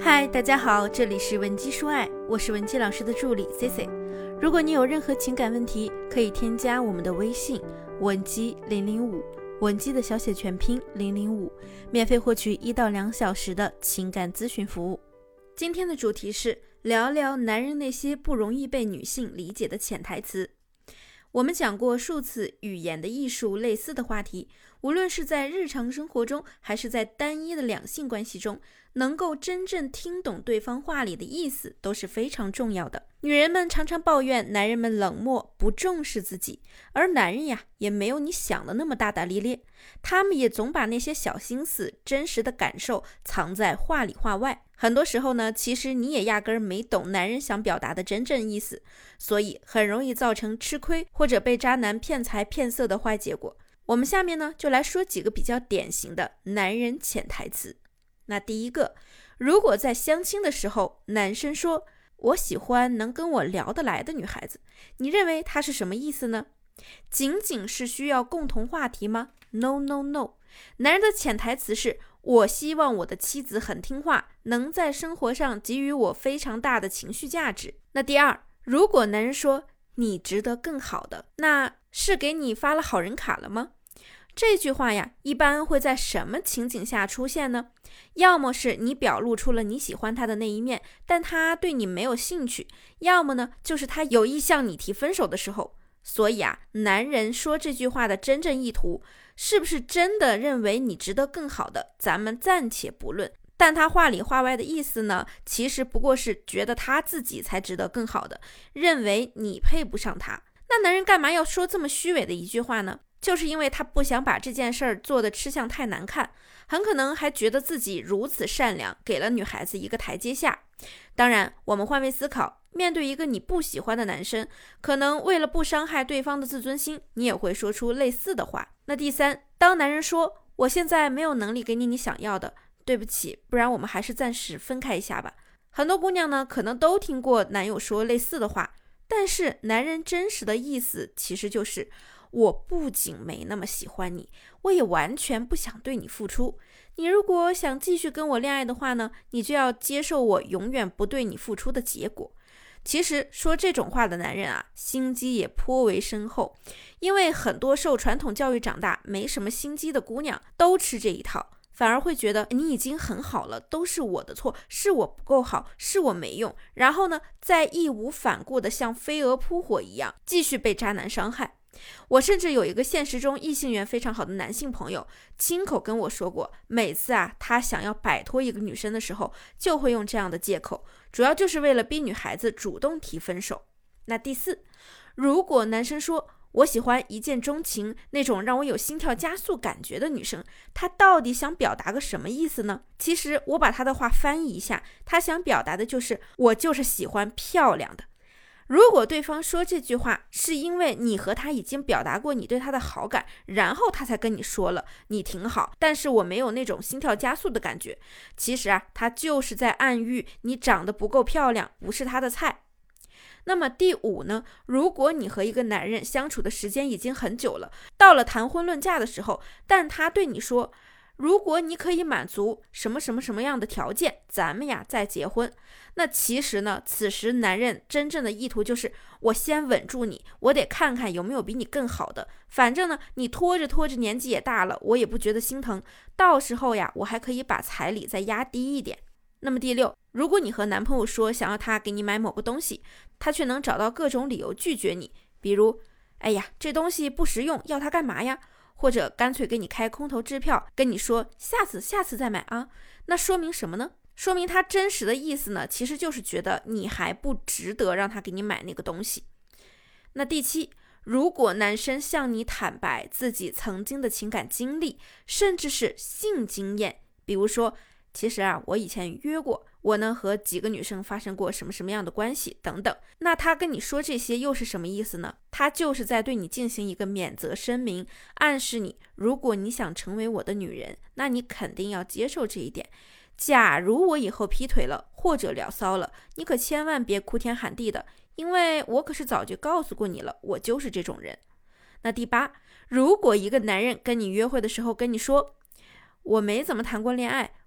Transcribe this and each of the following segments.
嗨，大家好，这里是文姬说爱，我是文姬老师的助理 Cici。如果你有任何情感问题，可以添加我们的微信文姬005，文姬的小写全拼005，免费获取1到2小时的情感咨询服务。今天的主题是聊聊男人那些不容易被女性理解的潜台词。我们讲过数次语言的艺术类似的话题，无论是在日常生活中，还是在单一的两性关系中，能够真正听懂对方话里的意思都是非常重要的。女人们常常抱怨男人们冷漠不重视自己，而男人呀也没有你想的那么大大咧咧，他们也总把那些小心思真实的感受藏在话里话外。很多时候呢，其实你也压根儿没懂男人想表达的真正意思，所以很容易造成吃亏或者被渣男骗财骗色的坏结果。我们下面呢就来说几个比较典型的男人潜台词。那第一个，如果在相亲的时候，男生说我喜欢能跟我聊得来的女孩子，你认为他是什么意思呢？仅仅是需要共同话题吗？ No No No， 男人的潜台词是我希望我的妻子很听话，能在生活上给予我非常大的情绪价值。那第二，如果男人说你值得更好的，那是给你发了好人卡了吗？这句话呀，一般会在什么情景下出现呢？要么是你表露出了你喜欢他的那一面，但他对你没有兴趣；要么呢，就是他有意向你提分手的时候。所以啊，男人说这句话的真正意图，是不是真的认为你值得更好的，咱们暂且不论。但他话里话外的意思呢，其实不过是觉得他自己才值得更好的，认为你配不上他。那男人干嘛要说这么虚伪的一句话呢？就是因为他不想把这件事儿做得吃相太难看，很可能还觉得自己如此善良，给了女孩子一个台阶下。当然，我们换位思考，面对一个你不喜欢的男生，可能为了不伤害对方的自尊心，你也会说出类似的话。那第三，当男人说我现在没有能力给你想要的，对不起，不然我们还是暂时分开一下吧。很多姑娘呢，可能都听过男友说类似的话，但是男人真实的意思其实就是我不仅没那么喜欢你，我也完全不想对你付出。你如果想继续跟我恋爱的话呢，你就要接受我永远不对你付出的结果。其实说这种话的男人啊，心机也颇为深厚，因为很多受传统教育长大没什么心机的姑娘都吃这一套，反而会觉得你已经很好了，都是我的错，是我不够好，是我没用，然后呢，再义无反顾的像飞蛾扑火一样继续被渣男伤害。我甚至有一个现实中异性缘非常好的男性朋友，亲口跟我说过，每次啊他想要摆脱一个女生的时候，就会用这样的借口，主要就是为了逼女孩子主动提分手。那第四，如果男生说我喜欢一见钟情，那种让我有心跳加速感觉的女生，他到底想表达个什么意思呢？其实我把他的话翻译一下，他想表达的就是我就是喜欢漂亮的。如果对方说这句话是因为你和他已经表达过你对他的好感，然后他才跟你说了你挺好，但是我没有那种心跳加速的感觉，其实啊，他就是在暗喻你长得不够漂亮，不是他的菜。那么第五呢，如果你和一个男人相处的时间已经很久了，到了谈婚论嫁的时候，但他对你说如果你可以满足什么什么什么样的条件，咱们呀再结婚。那其实呢，此时男人真正的意图就是我先稳住你，我得看看有没有比你更好的，反正呢你拖着拖着年纪也大了，我也不觉得心疼，到时候呀我还可以把彩礼再压低一点。那么第六，如果你和男朋友说想要他给你买某个东西，他却能找到各种理由拒绝你，比如哎呀这东西不实用，要它干嘛呀，或者干脆给你开空头支票，跟你说下次再买啊，那说明什么呢？说明他真实的意思呢，其实就是觉得你还不值得让他给你买那个东西。那第七，如果男生向你坦白自己曾经的情感经历，甚至是性经验，比如说其实啊我以前约过，我呢和几个女生发生过什么什么样的关系等等，那他跟你说这些又是什么意思呢？他就是在对你进行一个免责声明，暗示你如果你想成为我的女人，那你肯定要接受这一点。假如我以后劈腿了或者聊骚了，你可千万别哭天喊地的，因为我可是早就告诉过你了，我就是这种人。那第八，如果一个男人跟你约会的时候跟你说我没怎么谈过恋爱，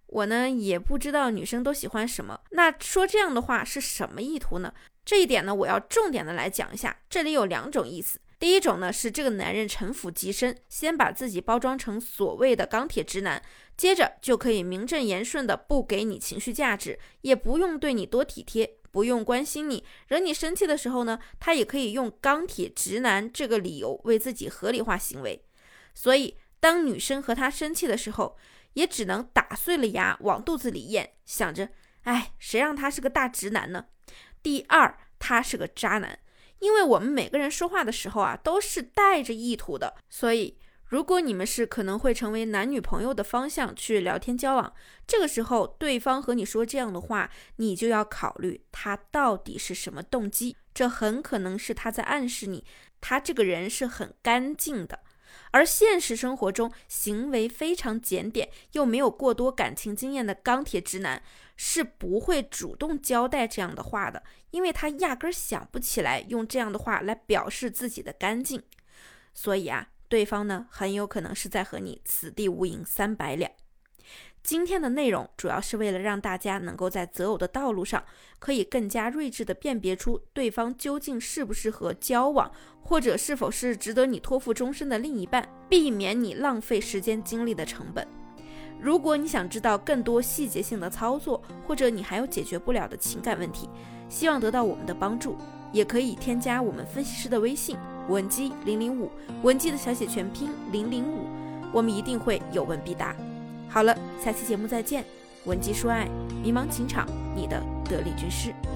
我呢也不知道女生都喜欢什么。那说这样的话是什么意图呢？这一点呢，我要重点的来讲一下。这里有2种意思。第一种呢，是这个男人城府极深，先把自己包装成所谓的钢铁直男，接着就可以名正言顺的不给你情绪价值，也不用对你多体贴，不用关心你，惹你生气的时候呢，他也可以用钢铁直男这个理由为自己合理化行为。所以当女生和他生气的时候，也只能打碎了牙往肚子里咽，想着谁让他是个大直男呢？第二，他是个渣男。因为我们每个人说话的时候啊，都是带着意图的，所以如果你们是可能会成为男女朋友的方向去聊天交往，这个时候对方和你说这样的话，你就要考虑他到底是什么动机。这很可能是他在暗示你，他这个人是很干净的。而现实生活中行为非常检点又没有过多感情经验的钢铁直男是不会主动交代这样的话的，因为他压根想不起来用这样的话来表示自己的干净。所以对方呢很有可能是在和你此地无银三百两。今天的内容主要是为了让大家能够在择偶的道路上可以更加睿智地辨别出对方究竟适不适合交往，或者是否是值得你托付终身的另一半，避免你浪费时间精力的成本。如果你想知道更多细节性的操作，或者你还有解决不了的情感问题，希望得到我们的帮助，也可以添加我们分析师的微信文姬005，文姬的小写全拼005，我们一定会有问必答。好了，下期节目再见。文姬说爱，迷茫情场，你的得力军师。